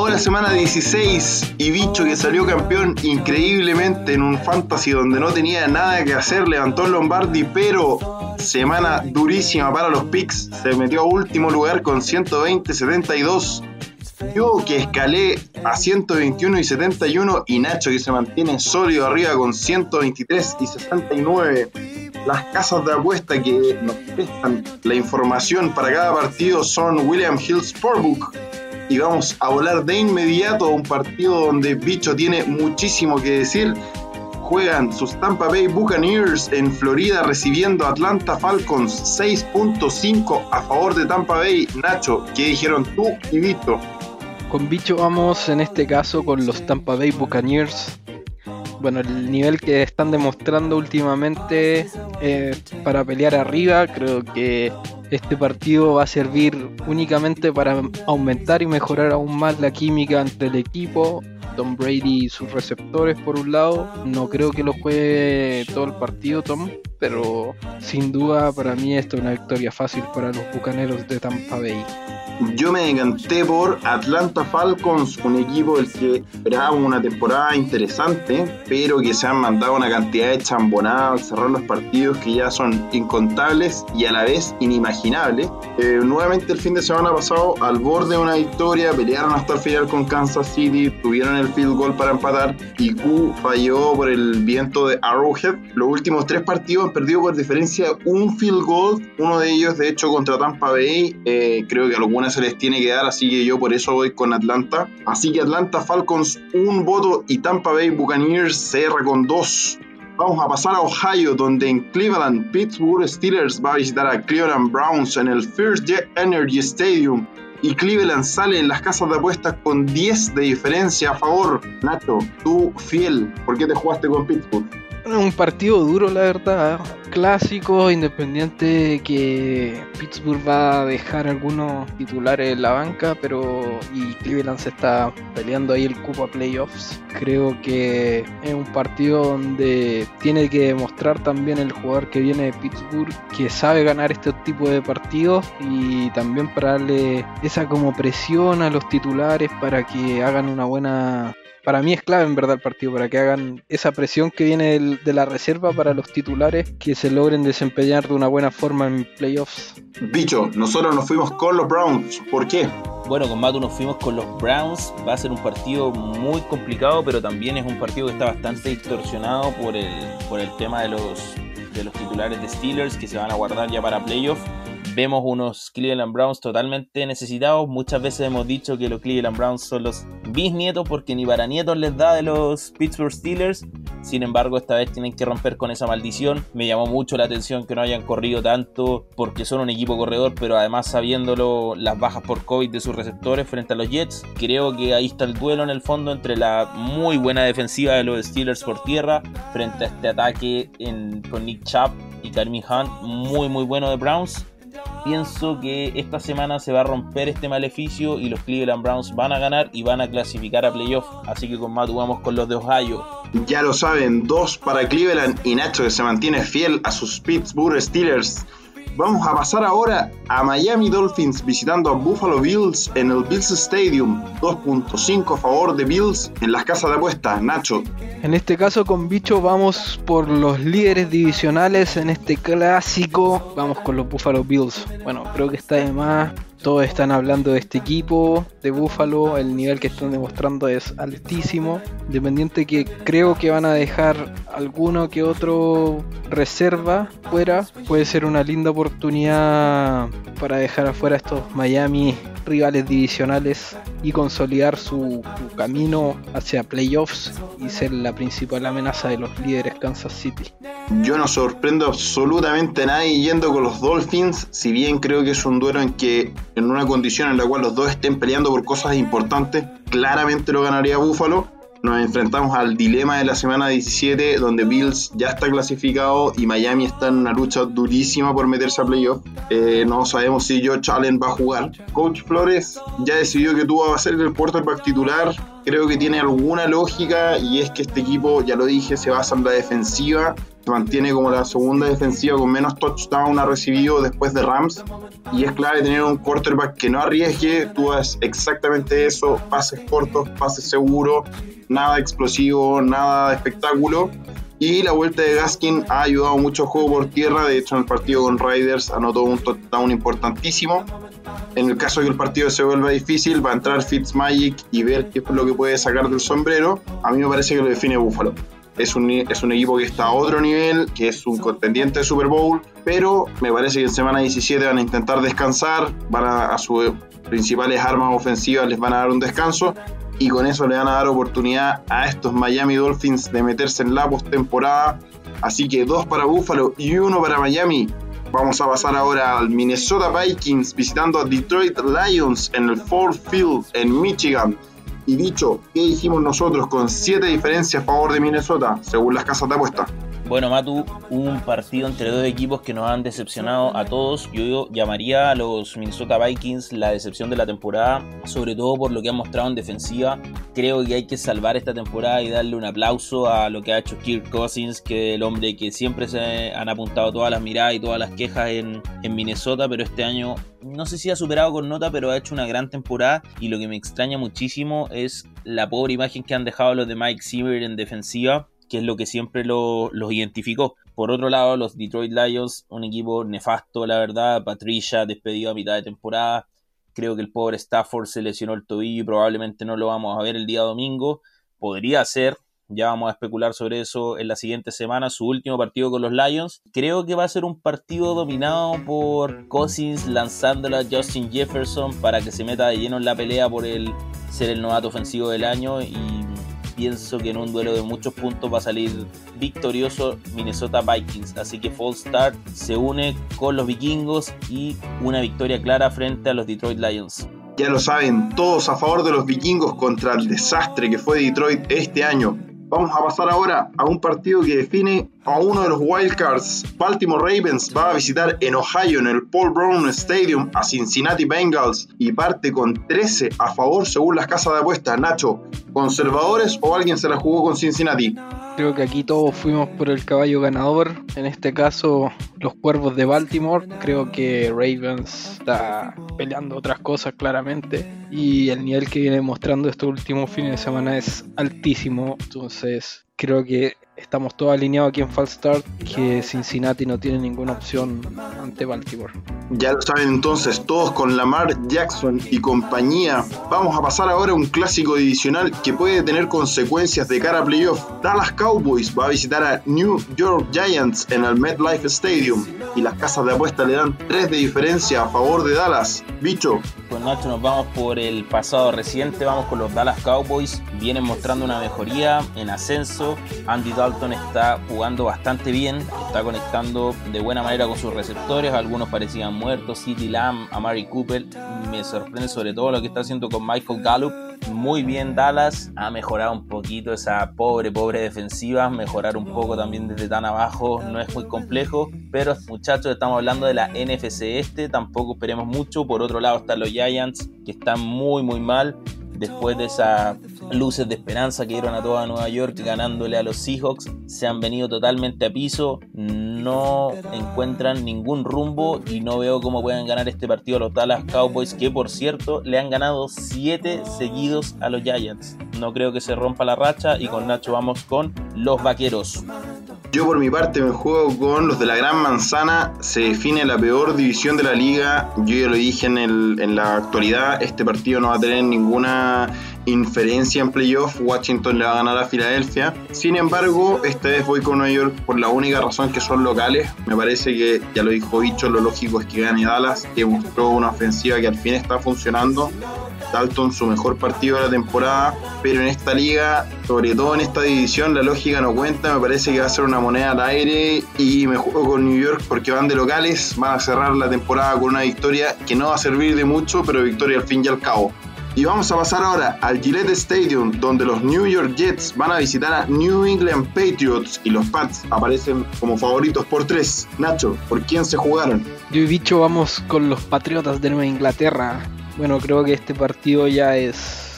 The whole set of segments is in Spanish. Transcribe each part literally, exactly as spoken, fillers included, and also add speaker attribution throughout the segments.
Speaker 1: Ahora semana dieciséis y Bicho, que salió campeón increíblemente en un fantasy donde no tenía nada que hacer, levantó el Lombardi, pero semana durísima para los picks, se metió a último lugar con ciento veinte setenta y dos. Yo que escalé a ciento veintiuno y setenta y uno, y Nacho que se mantiene sólido arriba con ciento veintitrés y sesenta y nueve. Las casas de apuesta que nos prestan la información para cada partido son William Hill Sportbook, y vamos a volar de inmediato a un partido donde Bicho tiene muchísimo que decir. Juegan sus Tampa Bay Buccaneers en Florida recibiendo a Atlanta Falcons, seis punto cinco a favor de Tampa Bay. Nacho, ¿qué dijeron tú y Bicho?
Speaker 2: Con Bicho vamos en este caso con los Tampa Bay Buccaneers. Bueno, el nivel que están demostrando últimamente eh, para pelear arriba, creo que este partido va a servir únicamente para aumentar y mejorar aún más la química entre el equipo. Tom Brady y sus receptores por un lado, no creo que lo juegue todo el partido Tom, pero sin duda para mí esto es una victoria fácil para los Bucaneros de Tampa Bay.
Speaker 1: Yo me decanté por Atlanta Falcons, un equipo del que esperaba una temporada interesante, pero que se han mandado una cantidad de chambonadas al cerrar los partidos que ya son incontables y a la vez inimaginables. Eh, nuevamente el fin de semana pasado, al borde de una victoria, pelearon hasta el final con Kansas City, tuvieron el field goal para empatar y Q falló por el viento de Arrowhead. Los últimos tres partidos han perdido por diferencia de un field goal, uno de ellos de hecho contra Tampa Bay. Eh, creo que alguna se les tiene que dar, así que yo por eso voy con Atlanta. Así que Atlanta Falcons un voto y Tampa Bay Buccaneers C R con dos. Vamos a pasar a Ohio, donde en Cleveland Pittsburgh Steelers va a visitar a Cleveland Browns en el First Jet Energy Stadium, y Cleveland sale en las casas de apuestas con diez de diferencia a favor. Nacho, tú fiel, ¿por qué te jugaste con Pittsburgh?
Speaker 2: Un partido duro, la verdad, clásico, independiente que Pittsburgh va a dejar algunos titulares en la banca, pero y Cleveland se está peleando ahí el cupo a playoffs. Creo que es un partido donde tiene que demostrar también el jugador que viene de Pittsburgh que sabe ganar este tipo de partidos, y también para darle esa como presión a los titulares para que hagan una buena... Para mí es clave en verdad el partido, para que hagan esa presión que viene del, de la reserva para los titulares, que se logren desempeñar de una buena forma en playoffs.
Speaker 1: Bicho, nosotros nos fuimos con los Browns, ¿por qué?
Speaker 3: Bueno, con Matu nos fuimos con los Browns. Va a ser un partido muy complicado, pero también es un partido que está bastante distorsionado por el, por el tema de los, de los titulares de Steelers que se van a guardar ya para playoff. Vemos unos Cleveland Browns totalmente necesitados. Muchas veces hemos dicho que los Cleveland Browns son los bisnietos porque ni para nietos les da de los Pittsburgh Steelers. Sin embargo, esta vez tienen que romper con esa maldición. Me llamó mucho la atención que no hayan corrido tanto porque son un equipo corredor, pero además sabiéndolo las bajas por COVID de sus receptores frente a los Jets. Creo que ahí está el duelo en el fondo entre la muy buena defensiva de los Steelers por tierra frente a este ataque en, con Nick Chubb y Kareem Hunt muy muy bueno de Browns. Pienso que esta semana se va a romper este maleficio y los Cleveland Browns van a ganar y van a clasificar a playoff. Así que con Matu vamos con los de Ohio.
Speaker 1: Ya lo saben, dos para Cleveland y Nacho que se mantiene fiel a sus Pittsburgh Steelers. Vamos a pasar ahora a Miami Dolphins visitando a Buffalo Bills en el Bills Stadium. dos punto cinco a favor de Bills en las casas de apuestas. Nacho.
Speaker 2: En este caso con Bicho vamos por los líderes divisionales en este clásico. Vamos con los Buffalo Bills. Bueno, creo que está de más. Todos están hablando de este equipo de Buffalo, el nivel que están demostrando es altísimo. Independiente que creo que van a dejar alguno que otro reserva fuera, puede ser una linda oportunidad para dejar afuera a estos Miami rivales divisionales y consolidar su, su camino hacia playoffs y ser la principal amenaza de los líderes Kansas City.
Speaker 1: Yo no sorprendo absolutamente a nadie yendo con los Dolphins, si bien creo que es un duelo en que en una condición en la cual los dos estén peleando por cosas importantes, claramente lo ganaría Buffalo. Nos enfrentamos al dilema de la semana diecisiete, donde Bills ya está clasificado y Miami está en una lucha durísima por meterse a playoff. Eh, no sabemos si Josh Allen va a jugar. Coach Flores ya decidió que tú vas a ser el quarterback titular. creo que tiene alguna lógica, y es que este equipo, ya lo dije, se basa en la defensiva, se mantiene como la segunda defensiva con menos touchdown ha recibido después de Rams, y es clave tener un quarterback que no arriesgue. Tú haces exactamente eso, pases cortos, pases seguros, nada explosivo, nada de espectáculo. Y la vuelta de Gaskin ha ayudado mucho al juego por tierra. De hecho, en el partido con Raiders anotó un touchdown importantísimo. En el caso de que el partido se vuelva difícil, va a entrar Fitzmagic y ver qué es lo que puede sacar del sombrero. A mí me parece que lo define Buffalo. Es un, es un equipo que está a otro nivel, que es un contendiente de Super Bowl, pero me parece que en semana diecisiete van a intentar descansar, van a, a sus principales armas ofensivas les van a dar un descanso, y con eso le van a dar oportunidad a estos Miami Dolphins de meterse en la postemporada. Así que dos para Buffalo y uno para Miami. Vamos a pasar ahora al Minnesota Vikings visitando a Detroit Lions en el Ford Field en Michigan. Y dicho, ¿qué dijimos nosotros con siete diferencias a favor de Minnesota, según las casas de apuestas?
Speaker 3: Bueno, Matu, un partido entre dos equipos que nos han decepcionado a todos. Yo llamaría a los Minnesota Vikings la decepción de la temporada, sobre todo por lo que han mostrado en defensiva. Creo que hay que salvar esta temporada y darle un aplauso a lo que ha hecho Kirk Cousins, que es el hombre que siempre se han apuntado todas las miradas y todas las quejas en, en Minnesota, pero este año no sé si ha superado con nota, pero ha hecho una gran temporada. Y lo que me extraña muchísimo es la pobre imagen que han dejado los de Mike Zimmer en defensiva, que es lo que siempre lo, los identificó. Por otro lado, los Detroit Lions, un equipo nefasto, la verdad. Patricia despedido a mitad de temporada. Creo que el pobre Stafford se lesionó el tobillo y probablemente no lo vamos a ver el día domingo. Podría ser, ya vamos a especular sobre eso en la siguiente semana, su último partido con los Lions. Creo que va a ser un partido dominado por Cousins lanzándole a Justin Jefferson para que se meta de lleno en la pelea por el ser el novato ofensivo del año, y pienso que en un duelo de muchos puntos va a salir victorioso Minnesota Vikings. Así que False Start se une con los vikingos y una victoria clara frente a los Detroit Lions.
Speaker 1: Ya lo saben, todos a favor de los vikingos contra el desastre que fue Detroit este año. Vamos a pasar ahora a un partido que define a uno de los wildcards. Baltimore Ravens va a visitar en Ohio, en el Paul Brown Stadium, a Cincinnati Bengals, y parte con trece a favor según las casas de apuestas. Nacho, ¿conservadores o alguien se la jugó con Cincinnati?
Speaker 2: Creo que aquí todos fuimos por el caballo ganador, en este caso los Cuervos de Baltimore. Creo que Ravens está peleando otras cosas claramente, y el nivel que viene mostrando estos últimos fines de semana es altísimo. Entonces creo que estamos todos alineados aquí en False Start, que Cincinnati no tiene ninguna opción ante Baltimore.
Speaker 1: Ya lo saben entonces, todos con Lamar Jackson y compañía. Vamos a pasar ahora a un clásico divisional que puede tener consecuencias de cara a playoff. Dallas Cowboys va a visitar a New York Giants en el MetLife Stadium, y las casas de apuesta le dan tres de diferencia a favor de Dallas. Bicho.
Speaker 3: Pues Nacho, nos vamos por el pasado reciente, vamos con los Dallas Cowboys. Vienen mostrando una mejoría en ascenso. Andy Dalton está jugando bastante bien, está conectando de buena manera con sus receptores. Algunos parecían muertos, CeeDee Lamb, Amari Cooper. Me sorprende sobre todo lo que está haciendo con Michael Gallup. Muy bien Dallas, ha mejorado un poquito esa pobre, pobre defensiva. Mejorar un poco también desde tan abajo no es muy complejo, pero muchachos, estamos hablando de la N F C Este, tampoco esperemos mucho. Por otro lado están los Giants, que están muy muy mal después de esas luces de esperanza que dieron a toda Nueva York ganándole a los Seahawks. Se han venido totalmente a piso, no encuentran ningún rumbo y no veo cómo puedan ganar este partido a los Dallas Cowboys, que por cierto le han ganado siete seguidos a los Giants. No creo que se rompa la racha, y con Nacho vamos con los Vaqueros.
Speaker 1: Yo por mi parte me juego con los de la Gran Manzana. Se define la peor división de la liga. Yo ya lo dije en, el, en la actualidad, este partido no va a tener ninguna inferencia en playoff. Washington le va a ganar a Filadelfia. Sin embargo, esta vez voy con Nueva York por la única razón que son locales. Me parece que, ya lo dijo Bicho, lo lógico es que gane Dallas, que mostró una ofensiva que al fin está funcionando. Dalton su mejor partido de la temporada, pero en esta liga, sobre todo en esta división, la lógica no cuenta. Me parece que va a ser una moneda al aire y me juego con New York porque van de locales, van a cerrar la temporada con una victoria que no va a servir de mucho, pero victoria al fin y al cabo. Y vamos a pasar ahora al Gillette Stadium, donde los New York Jets van a visitar a New England Patriots y los Pats aparecen como favoritos por tres. Nacho, ¿por quién se jugaron?
Speaker 2: Yo y Bicho vamos con los Patriotas de Nueva Inglaterra. Bueno, creo que este partido ya es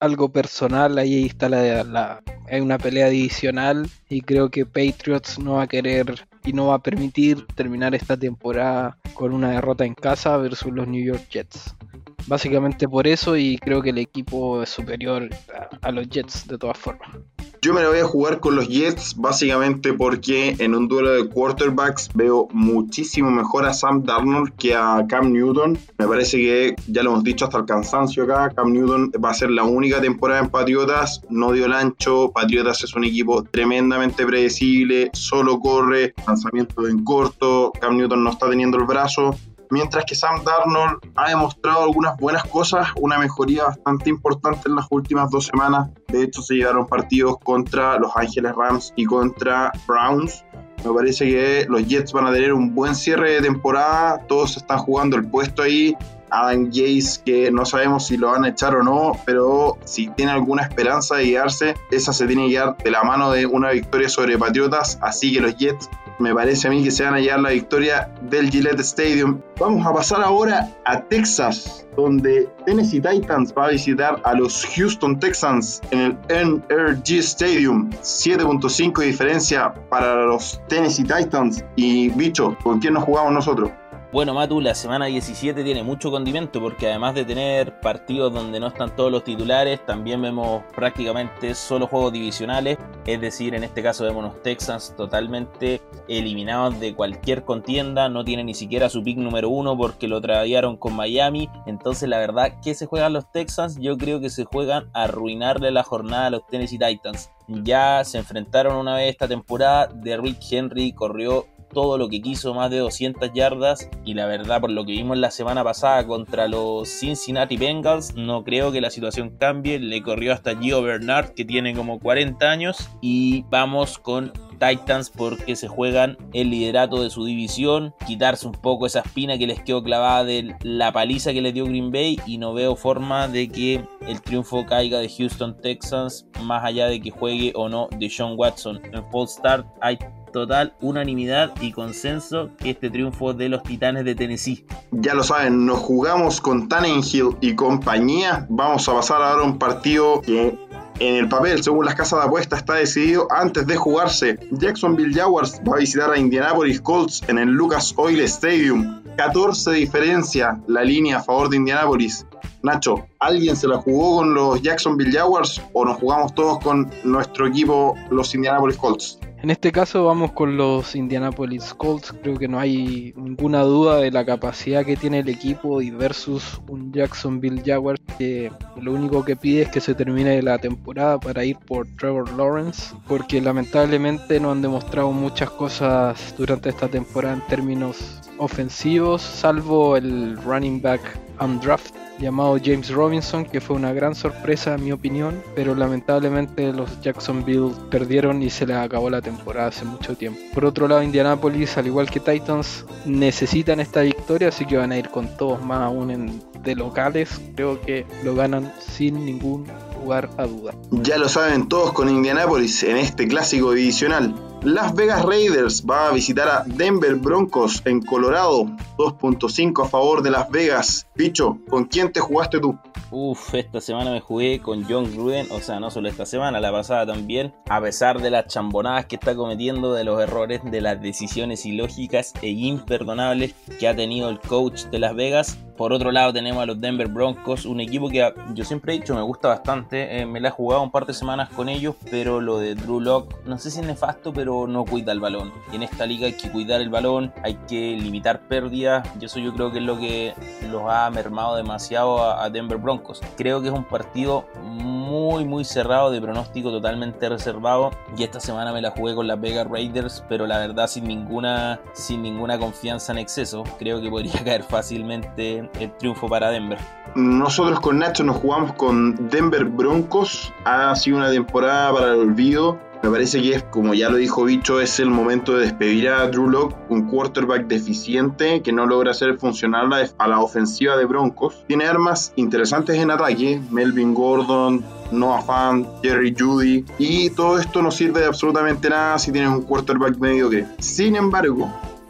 Speaker 2: algo personal, ahí está la, la hay una pelea divisional y creo que Patriots no va a querer y no va a permitir terminar esta temporada con una derrota en casa versus los New York Jets. Básicamente por eso, y creo que el equipo es superior a, a los Jets de todas formas.
Speaker 1: Yo me la voy a jugar con los Jets básicamente porque en un duelo de quarterbacks veo muchísimo mejor a Sam Darnold que a Cam Newton. Me parece que, ya lo hemos dicho hasta el cansancio acá, Cam Newton va a ser la única temporada en Patriotas, no dio el ancho. Patriotas es un equipo tremendamente predecible, solo corre, lanzamiento en corto, Cam Newton no está teniendo el brazo. Mientras que Sam Darnold ha demostrado algunas buenas cosas, una mejoría bastante importante en las últimas dos semanas. De hecho, se llevaron partidos contra los Ángeles Rams y contra Browns. Me parece que los Jets van a tener un buen cierre de temporada. Todos están jugando el puesto ahí. Adam Gase, que no sabemos si lo van a echar o no, pero si tiene alguna esperanza de guiarse, esa se tiene que guiar de la mano de una victoria sobre Patriotas. Así que los Jets, me parece a mí que se van a llevar la victoria del Gillette Stadium. Vamos a pasar ahora a Texas, donde Tennessee Titans va a visitar a los Houston Texans en el N R G Stadium. siete punto cinco de diferencia para los Tennessee Titans. Y bicho, ¿con quién nos jugamos nosotros?
Speaker 3: Bueno, Matu, la semana diecisiete tiene mucho condimento porque además de tener partidos donde no están todos los titulares, también vemos prácticamente solo juegos divisionales. Es decir, en este caso vemos los Texans totalmente eliminados de cualquier contienda. No tienen ni siquiera su pick número uno porque lo tradearon con Miami. Entonces, la verdad, ¿qué se juegan los Texans? Yo creo que se juegan a arruinarle la jornada a los Tennessee Titans. Ya se enfrentaron una vez esta temporada. Derrick Henry corrió todo lo que quiso, más de doscientas yardas, y la verdad, por lo que vimos la semana pasada contra los Cincinnati Bengals, no creo que la situación cambie. Le corrió hasta Gio Bernard, que tiene como cuarenta años, y vamos con Titans porque se juegan el liderato de su división, quitarse un poco esa espina que les quedó clavada de la paliza que les dio Green Bay, y no veo forma de que el triunfo caiga de Houston Texans, más allá de que juegue o no Deshaun Watson. En False Start hay total unanimidad y consenso que este triunfo de los Titanes de Tennessee.
Speaker 1: Ya lo saben, nos jugamos con Tannehill y compañía. Vamos a pasar ahora a un partido que en el papel, según las casas de apuestas, está decidido antes de jugarse. Jacksonville Jaguars va a visitar a Indianapolis Colts en el Lucas Oil Stadium. catorce de diferencia la línea a favor de Indianapolis. Nacho, ¿alguien se la jugó con los Jacksonville Jaguars o nos jugamos todos con nuestro equipo, los Indianapolis Colts?
Speaker 2: En este caso vamos con los Indianapolis Colts. Creo que no hay ninguna duda de la capacidad que tiene el equipo y versus un Jacksonville Jaguars que lo único que pide es que se termine la temporada para ir por Trevor Lawrence, porque lamentablemente no han demostrado muchas cosas durante esta temporada en términos ofensivos, salvo el running back undrafted llamado James Robinson, que fue una gran sorpresa en mi opinión, pero lamentablemente los Jacksonville perdieron y se les acabó la temporada hace mucho tiempo. Por otro lado, Indianapolis, al igual que Titans, necesitan esta victoria, así que van a ir con todos, más aún en, de locales. Creo que lo ganan sin ningún lugar a duda.
Speaker 1: Ya lo saben todos con Indianapolis en este clásico divisional. Las Vegas Raiders va a visitar a Denver Broncos en Colorado. dos punto cinco a favor de Las Vegas. Picho, ¿con quién te jugaste tú?
Speaker 3: Uf, esta semana me jugué con John Gruden, o sea, no solo esta semana, la pasada también, a pesar de las chambonadas que está cometiendo, de los errores, de las decisiones ilógicas e imperdonables que ha tenido el coach de Las Vegas. Por otro lado tenemos a los Denver Broncos, un equipo que yo siempre he dicho me gusta bastante, eh, me la he jugado un par de semanas con ellos, pero lo de Drew Lock, no sé si es nefasto, pero no cuida el balón. Y en esta liga hay que cuidar el balón, hay que limitar pérdidas, y eso yo creo que es lo que los ha mermado demasiado a, a Denver Broncos. Creo que es un partido muy muy cerrado, de pronóstico totalmente reservado, y esta semana me la jugué con las Vegas Raiders, pero la verdad sin ninguna, sin ninguna confianza en exceso. Creo que podría caer fácilmente el triunfo para Denver.
Speaker 1: Nosotros con Nacho nos jugamos con Denver Broncos. Ha sido una temporada para el olvido. Me parece que es, como ya lo dijo Bicho, es el momento de despedir a Drew Lock, un quarterback deficiente que no logra hacer funcionar la, a la ofensiva de Broncos. Tiene armas interesantes en ataque, Melvin Gordon, Noah Fant, Jerry Jeudy, y todo esto no sirve de absolutamente nada si tienes un quarterback mediocre. Sin embargo,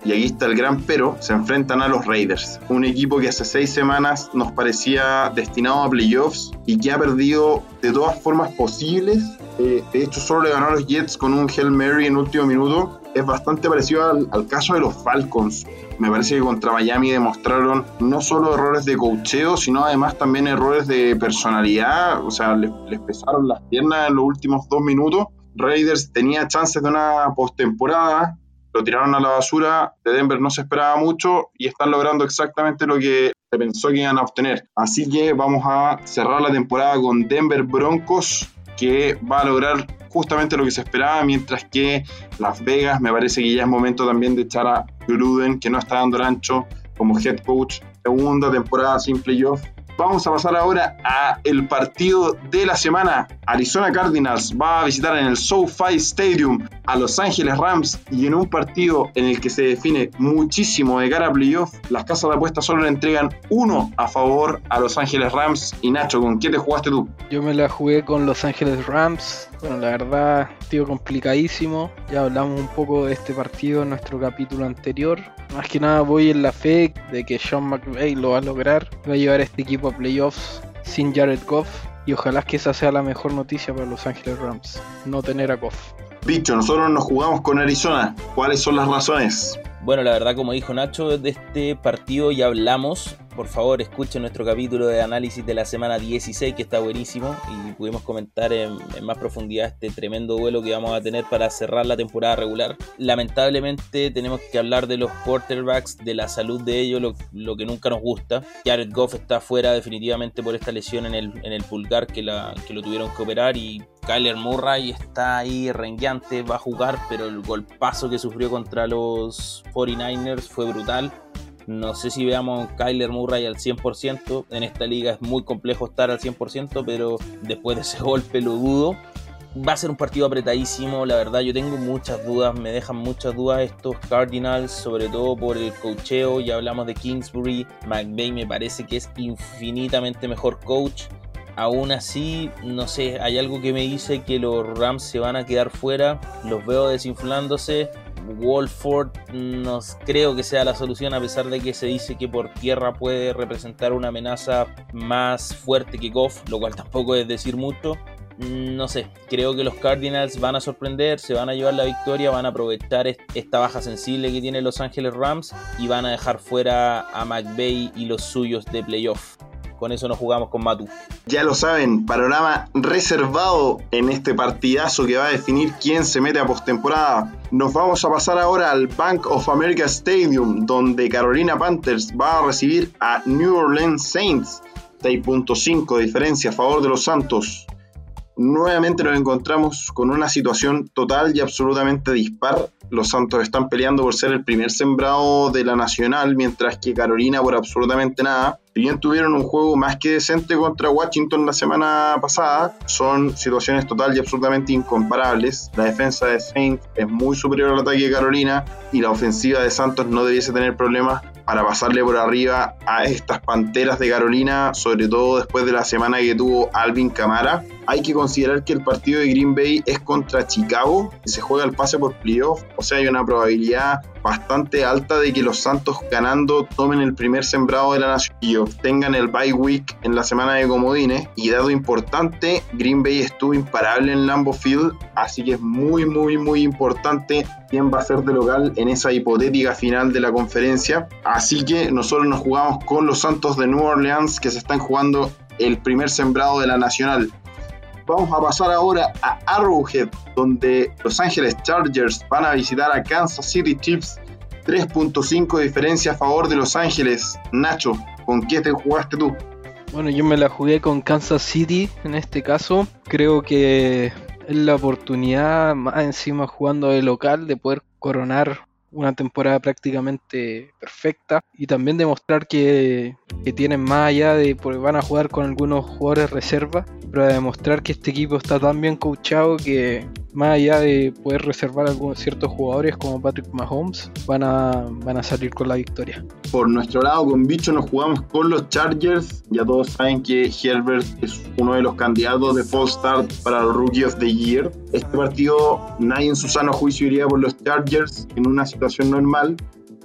Speaker 1: y aquí está el gran pero, se enfrentan a los Raiders, un equipo que hace seis semanas nos parecía destinado a playoffs y que ha perdido de todas formas posibles. Eh, de hecho, solo le ganó a los Jets con un Hail Mary en último minuto. Es bastante parecido al, al caso de los Falcons. Me parece que contra Miami demostraron no solo errores de coacheo, sino además también errores de personalidad. O sea, les, les pesaron las piernas en los últimos dos minutos. Raiders tenía chances de una postemporada, lo tiraron a la basura. De Denver no se esperaba mucho y están logrando exactamente lo que se pensó que iban a obtener. Así que vamos a cerrar la temporada con Denver Broncos, que va a lograr justamente lo que se esperaba, mientras que Las Vegas me parece que ya es momento también de echar a Gruden, que no está dando el ancho como head coach. Segunda temporada sin playoff. Vamos a pasar ahora a el partido de la semana. Arizona Cardinals va a visitar en el SoFi Stadium a Los Ángeles Rams, y en un partido en el que se define muchísimo de cara a playoff, las casas de apuestas solo le entregan uno a favor a Los Ángeles Rams. Y Nacho, ¿con qué te jugaste tú?
Speaker 2: Yo me la jugué con Los Ángeles Rams. Bueno, la verdad, partido complicadísimo. Ya hablamos un poco de este partido en nuestro capítulo anterior. Más que nada voy en la fe de que Sean McVay lo va a lograr. Va a llevar a este equipo a playoffs sin Jared Goff. Y ojalá que esa sea la mejor noticia para Los Ángeles Rams, no tener a Goff.
Speaker 1: Bicho, nosotros nos jugamos con Arizona. ¿Cuáles son las razones?
Speaker 3: Bueno, la verdad, como dijo Nacho, de este partido ya hablamos. Por favor, escuchen nuestro capítulo de análisis de la semana dieciséis, que está buenísimo, y pudimos comentar en, en más profundidad este tremendo duelo que vamos a tener para cerrar la temporada regular. Lamentablemente tenemos que hablar de los quarterbacks, de la salud de ellos, lo, lo que nunca nos gusta. Jared Goff está fuera definitivamente por esta lesión en el, en el pulgar que, la, que lo tuvieron que operar, y Kyler Murray está ahí rengueante, va a jugar, pero el golpazo que sufrió contra los cuarenta y nueve ers fue brutal. No sé si veamos a Kyler Murray al cien por ciento. En esta liga es muy complejo estar al cien por ciento, pero después de ese golpe lo dudo. Va a ser un partido apretadísimo, la verdad yo tengo muchas dudas, me dejan muchas dudas estos Cardinals, sobre todo por el coacheo. Ya hablamos de Kingsbury, McVay me parece que es infinitamente mejor coach. Aún así, no sé, hay algo que me dice que los Rams se van a quedar fuera, los veo desinflándose. Wolford no creo que sea la solución, a pesar de que se dice que por tierra puede representar una amenaza más fuerte que Goff, lo cual tampoco es decir mucho. No sé, creo que los Cardinals van a sorprender, se van a llevar la victoria, van a aprovechar esta baja sensible que tiene Los Ángeles Rams y van a dejar fuera a McVay y los suyos de playoff. Con eso nos jugamos con Matu.
Speaker 1: Ya lo saben, panorama reservado en este partidazo que va a definir quién se mete a postemporada. Nos vamos a pasar ahora al Bank of America Stadium, donde Carolina Panthers va a recibir a New Orleans Saints. seis punto cinco de diferencia a favor de los Santos. Nuevamente nos encontramos con una situación total y absolutamente dispar. Los Santos están peleando por ser el primer sembrado de la Nacional, mientras que Carolina por absolutamente nada. Si bien tuvieron un juego más que decente contra Washington la semana pasada, son situaciones total y absolutamente incomparables. La defensa de Saints es muy superior al ataque de Carolina y la ofensiva de Santos no debiese tener problemas para pasarle por arriba a estas Panteras de Carolina, sobre todo después de la semana que tuvo Alvin Kamara. Hay que considerar que el partido de Green Bay es contra Chicago, que se juega el pase por playoff, o sea hay una probabilidad bastante alta de que los Santos ganando tomen el primer sembrado de la nación y obtengan el bye week en la semana de comodines. Y dato importante, Green Bay estuvo imparable en Lambeau Field, así que es muy muy muy importante quién va a ser de local en esa hipotética final de la conferencia. Así que nosotros nos jugamos con los Santos de New Orleans, que se están jugando el primer sembrado de la Nacional. Vamos a pasar ahora a Arrowhead, donde Los Ángeles Chargers van a visitar a Kansas City Chiefs. tres punto cinco de diferencia a favor de Los Ángeles. Nacho, ¿con qué te jugaste tú?
Speaker 2: Bueno, yo me la jugué con Kansas City en este caso. Creo que es la oportunidad, más encima jugando de local, de poder coronar una temporada prácticamente perfecta y también demostrar que, que tienen más allá de, porque van a jugar con algunos jugadores reserva, pero a demostrar que este equipo está tan bien coachado que más allá de poder reservar algunos ciertos jugadores como Patrick Mahomes, van a, van a salir con la victoria.
Speaker 1: Por nuestro lado, con Bicho, nos jugamos con los Chargers. Ya todos saben que Herbert es uno de los candidatos de Fall Start para el Rookie of the Year. Este partido, nadie en su sano juicio iría por los Chargers en una situación normal,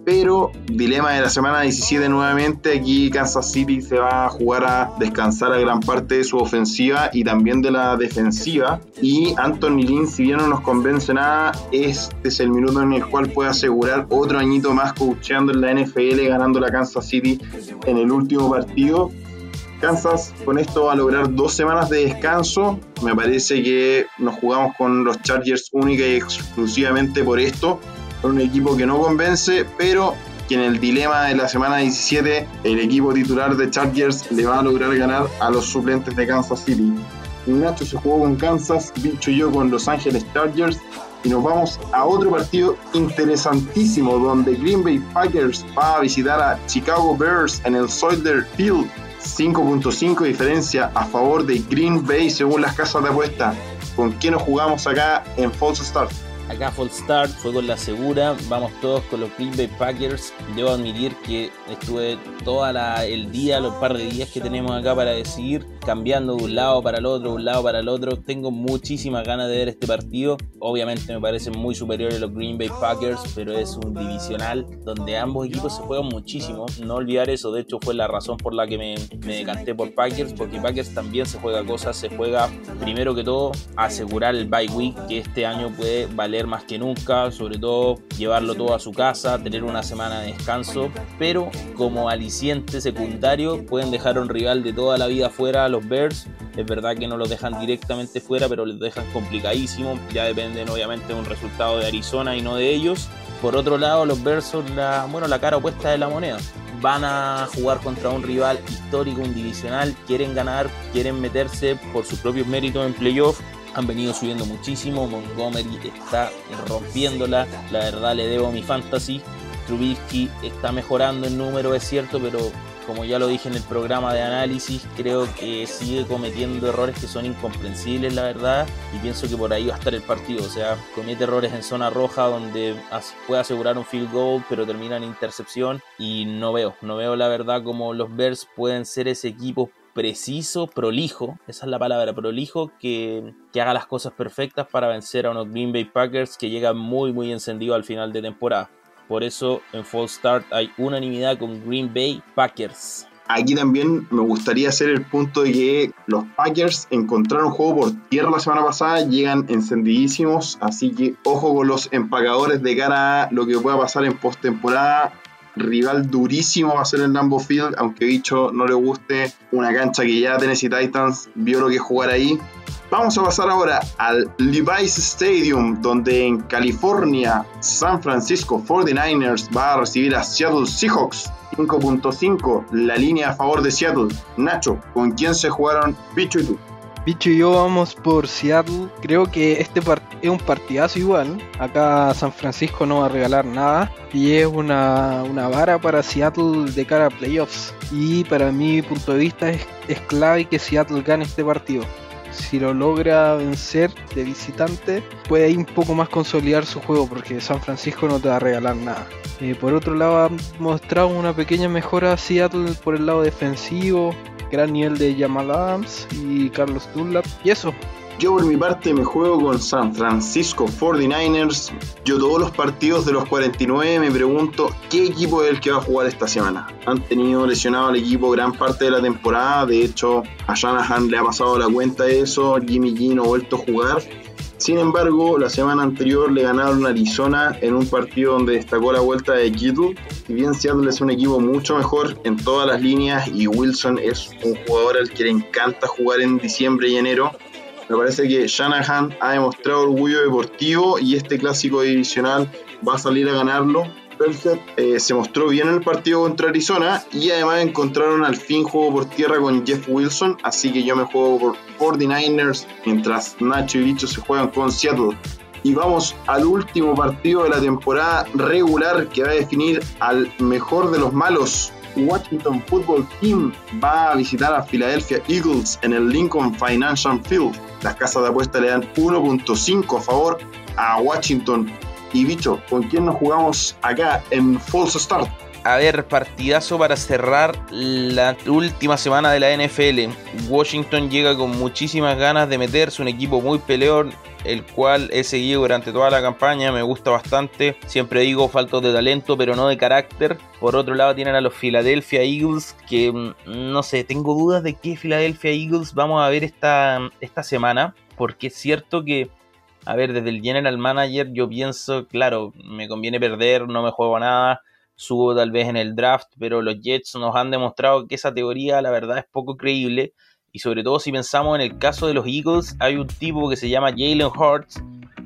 Speaker 1: pero dilema de la semana diecisiete nuevamente. Aquí Kansas City se va a jugar a descansar a gran parte de su ofensiva y también de la defensiva, y Anthony Lynn, si bien no nos convence nada, este es el minuto en el cual puede asegurar otro añito más coacheando en la N F L, ganando la Kansas City en el último partido. Kansas con esto va a lograr dos semanas de descanso. Me parece que nos jugamos con los Chargers única y exclusivamente por esto. Un equipo que no convence, pero que en el dilema de la semana diecisiete el equipo titular de Chargers le va a lograr ganar a los suplentes de Kansas City. Nacho se jugó con Kansas, Bicho y yo con Los Ángeles Chargers, y nos vamos a otro partido interesantísimo donde Green Bay Packers va a visitar a Chicago Bears en el Soldier Field. cinco punto cinco diferencia a favor de Green Bay según las casas de apuesta. ¿Con qué nos jugamos acá en False Start?
Speaker 3: Acá False Start fue con la segura, vamos todos con los Green Bay Packers. Debo admitir que estuve todo el día, los par de días que tenemos acá para decidir, cambiando de un lado para el otro, de un lado para el otro. Tengo muchísimas ganas de ver este partido. Obviamente me parecen muy superiores los Green Bay Packers, pero es un divisional donde ambos equipos se juegan muchísimo. No olvidar eso, de hecho fue la razón por la que me, me decanté por Packers, porque Packers también se juega cosas, se juega primero que todo asegurar el bye week, que este año puede valer más que nunca, sobre todo llevarlo todo a su casa, tener una semana de descanso, pero como aliciente secundario pueden dejar a un rival de toda la vida fuera, a los Bears. Es verdad que no los dejan directamente fuera, pero les dejan complicadísimo, ya dependen obviamente de un resultado de Arizona y no de ellos. Por otro lado, los Bears son la, bueno, la cara opuesta de la moneda. Van a jugar contra un rival histórico, un divisional, quieren ganar, quieren meterse por sus propios méritos en playoff. Han venido subiendo muchísimo, Montgomery está rompiéndola, la verdad le debo mi fantasy. Trubisky está mejorando en número, es cierto, pero como ya lo dije en el programa de análisis, creo que sigue cometiendo errores que son incomprensibles, la verdad, y pienso que por ahí va a estar el partido. O sea, comete errores en zona roja donde puede asegurar un field goal, pero termina en intercepción, y no veo, no veo la verdad como los Bears pueden ser ese equipo preciso, prolijo, esa es la palabra, prolijo, que, que haga las cosas perfectas para vencer a unos Green Bay Packers que llegan muy muy encendidos al final de temporada. Por eso en False Start hay unanimidad con Green Bay Packers.
Speaker 1: Aquí también me gustaría hacer el punto de que los Packers encontraron juego por tierra la semana pasada, llegan encendidísimos, así que ojo con los empacadores de cara a lo que pueda pasar en postemporada. Rival durísimo va a ser el Lambeau Field, aunque Bicho no le guste, una cancha que ya Tennessee Titans vio lo que es jugar ahí. Vamos a pasar ahora al Levi's Stadium, donde en California San Francisco cuarenta y nueve ers va a recibir a Seattle Seahawks. cinco punto cinco la línea a favor de Seattle. Nacho, ¿con quién se jugaron Bicho y tú?
Speaker 2: Bicho y yo vamos por Seattle. Creo que este part- es un partidazo igual. Acá San Francisco no va a regalar nada y es una, una vara para Seattle de cara a playoffs. Y para mi punto de vista es, es clave que Seattle gane este partido. Si lo logra vencer de visitante, puede ahí un poco más consolidar su juego, porque San Francisco no te va a regalar nada. Eh, por otro lado, ha mostrado una pequeña mejora a Seattle por el lado defensivo. Gran nivel de Jamal Adams y Carlos Dunlap. Y eso.
Speaker 1: Yo por mi parte me juego con San Francisco cuarenta y nueve ers. Yo todos los partidos de los cuarenta y nueve me pregunto qué equipo es el que va a jugar esta semana. Han tenido lesionado al equipo gran parte de la temporada. De hecho, a Shanahan le ha pasado la cuenta de eso. Jimmy G no ha vuelto a jugar. Sin embargo, la semana anterior le ganaron a Arizona en un partido donde destacó la vuelta de Kittle. Si bien Seattle es un equipo mucho mejor en todas las líneas y Wilson es un jugador al que le encanta jugar en diciembre y enero, me parece que Shanahan ha demostrado orgullo deportivo y este clásico divisional va a salir a ganarlo. Perfect eh, se mostró bien en el partido contra Arizona y además encontraron al fin juego por tierra con Jeff Wilson, así que yo me juego por cuarenta y nueve ers mientras Nacho y Bicho se juegan con Seattle. Y vamos al último partido de la temporada regular que va a definir al mejor de los malos. Washington Football Team va a visitar a Philadelphia Eagles en el Lincoln Financial Field. Las casas de apuesta le dan uno punto cinco a favor a Washington. Y Bicho, ¿con quién nos jugamos acá en False Start?
Speaker 3: a ver, partidazo para cerrar la última semana de la N F L. Washington llega con muchísimas ganas de meterse, un equipo muy peleón, el cual he seguido durante toda la campaña, me gusta bastante. Siempre digo faltos de talento, pero no de carácter. Por otro lado tienen a los Philadelphia Eagles, que no sé, tengo dudas de qué Philadelphia Eagles vamos a ver esta, esta semana, porque es cierto que, a ver, desde el general manager yo pienso, claro, me conviene perder, no me juego nada, subo tal vez en el draft, pero los Jets nos han demostrado que esa teoría la verdad es poco creíble. Y sobre todo si pensamos en el caso de los Eagles, hay un tipo que se llama Jalen Hurts,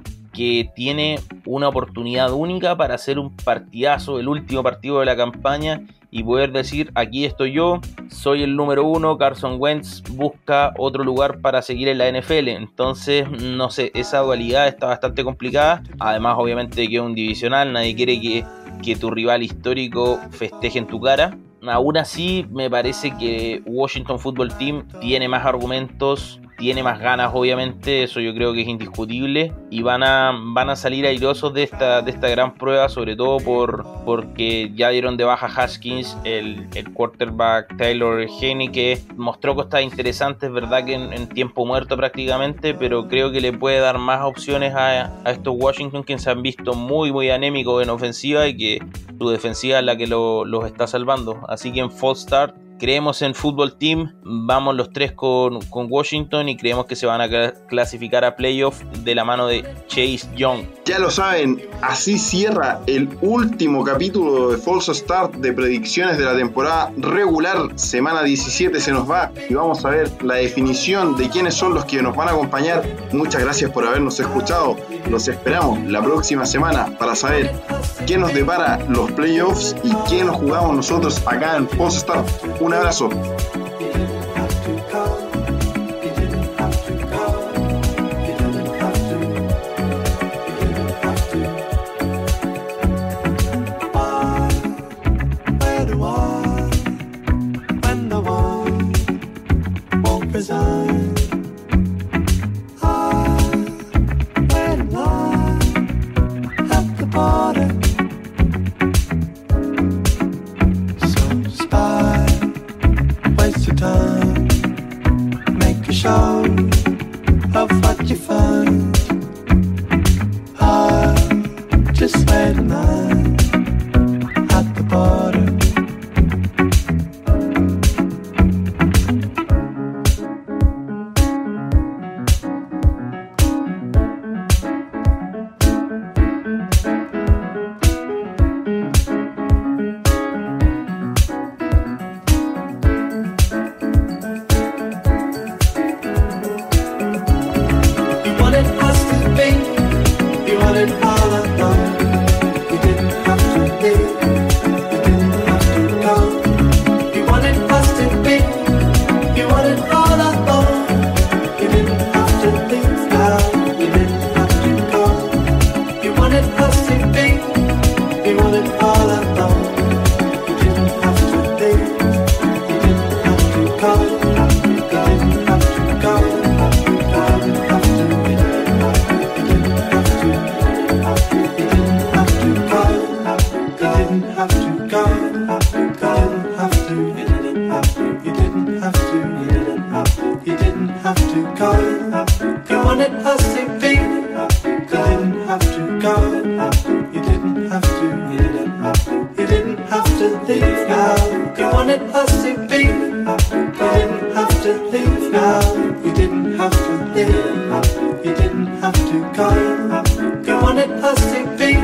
Speaker 3: que tiene una oportunidad única para hacer un partidazo, el último partido de la campaña, y poder decir, aquí estoy yo, soy el número uno, Carson Wentz busca otro lugar para seguir en la N F L. Entonces, no sé, esa dualidad está bastante complicada. Además, obviamente que es un divisional, nadie quiere que, que tu rival histórico festeje en tu cara. Aún así, me parece que Washington Football Team tiene más argumentos, tiene más ganas, obviamente, eso yo creo que es indiscutible, y van a, van a salir airosos de esta, de esta gran prueba, sobre todo por porque ya dieron de baja Haskins, el, el quarterback Taylor Heinicke mostró cosas interesantes, verdad que en, en tiempo muerto prácticamente, pero creo que le puede dar más opciones a, a estos Washington, que se han visto muy muy anémicos en ofensiva y que su defensiva es la que lo, los está salvando. Así que en false start creemos en Football Team, vamos los tres con, con Washington y creemos que se van a clasificar a playoff de la mano de Chase Young.
Speaker 1: Ya lo saben, así cierra el último capítulo de False Start de predicciones de la temporada regular. Semana diecisiete se nos va y vamos a ver la definición de quiénes son los que nos van a acompañar. Muchas gracias por habernos escuchado. Los esperamos la próxima semana para saber qué nos depara los playoffs y qué nos jugamos nosotros acá en False Start. Un abrazo.
Speaker 4: You wanted us to be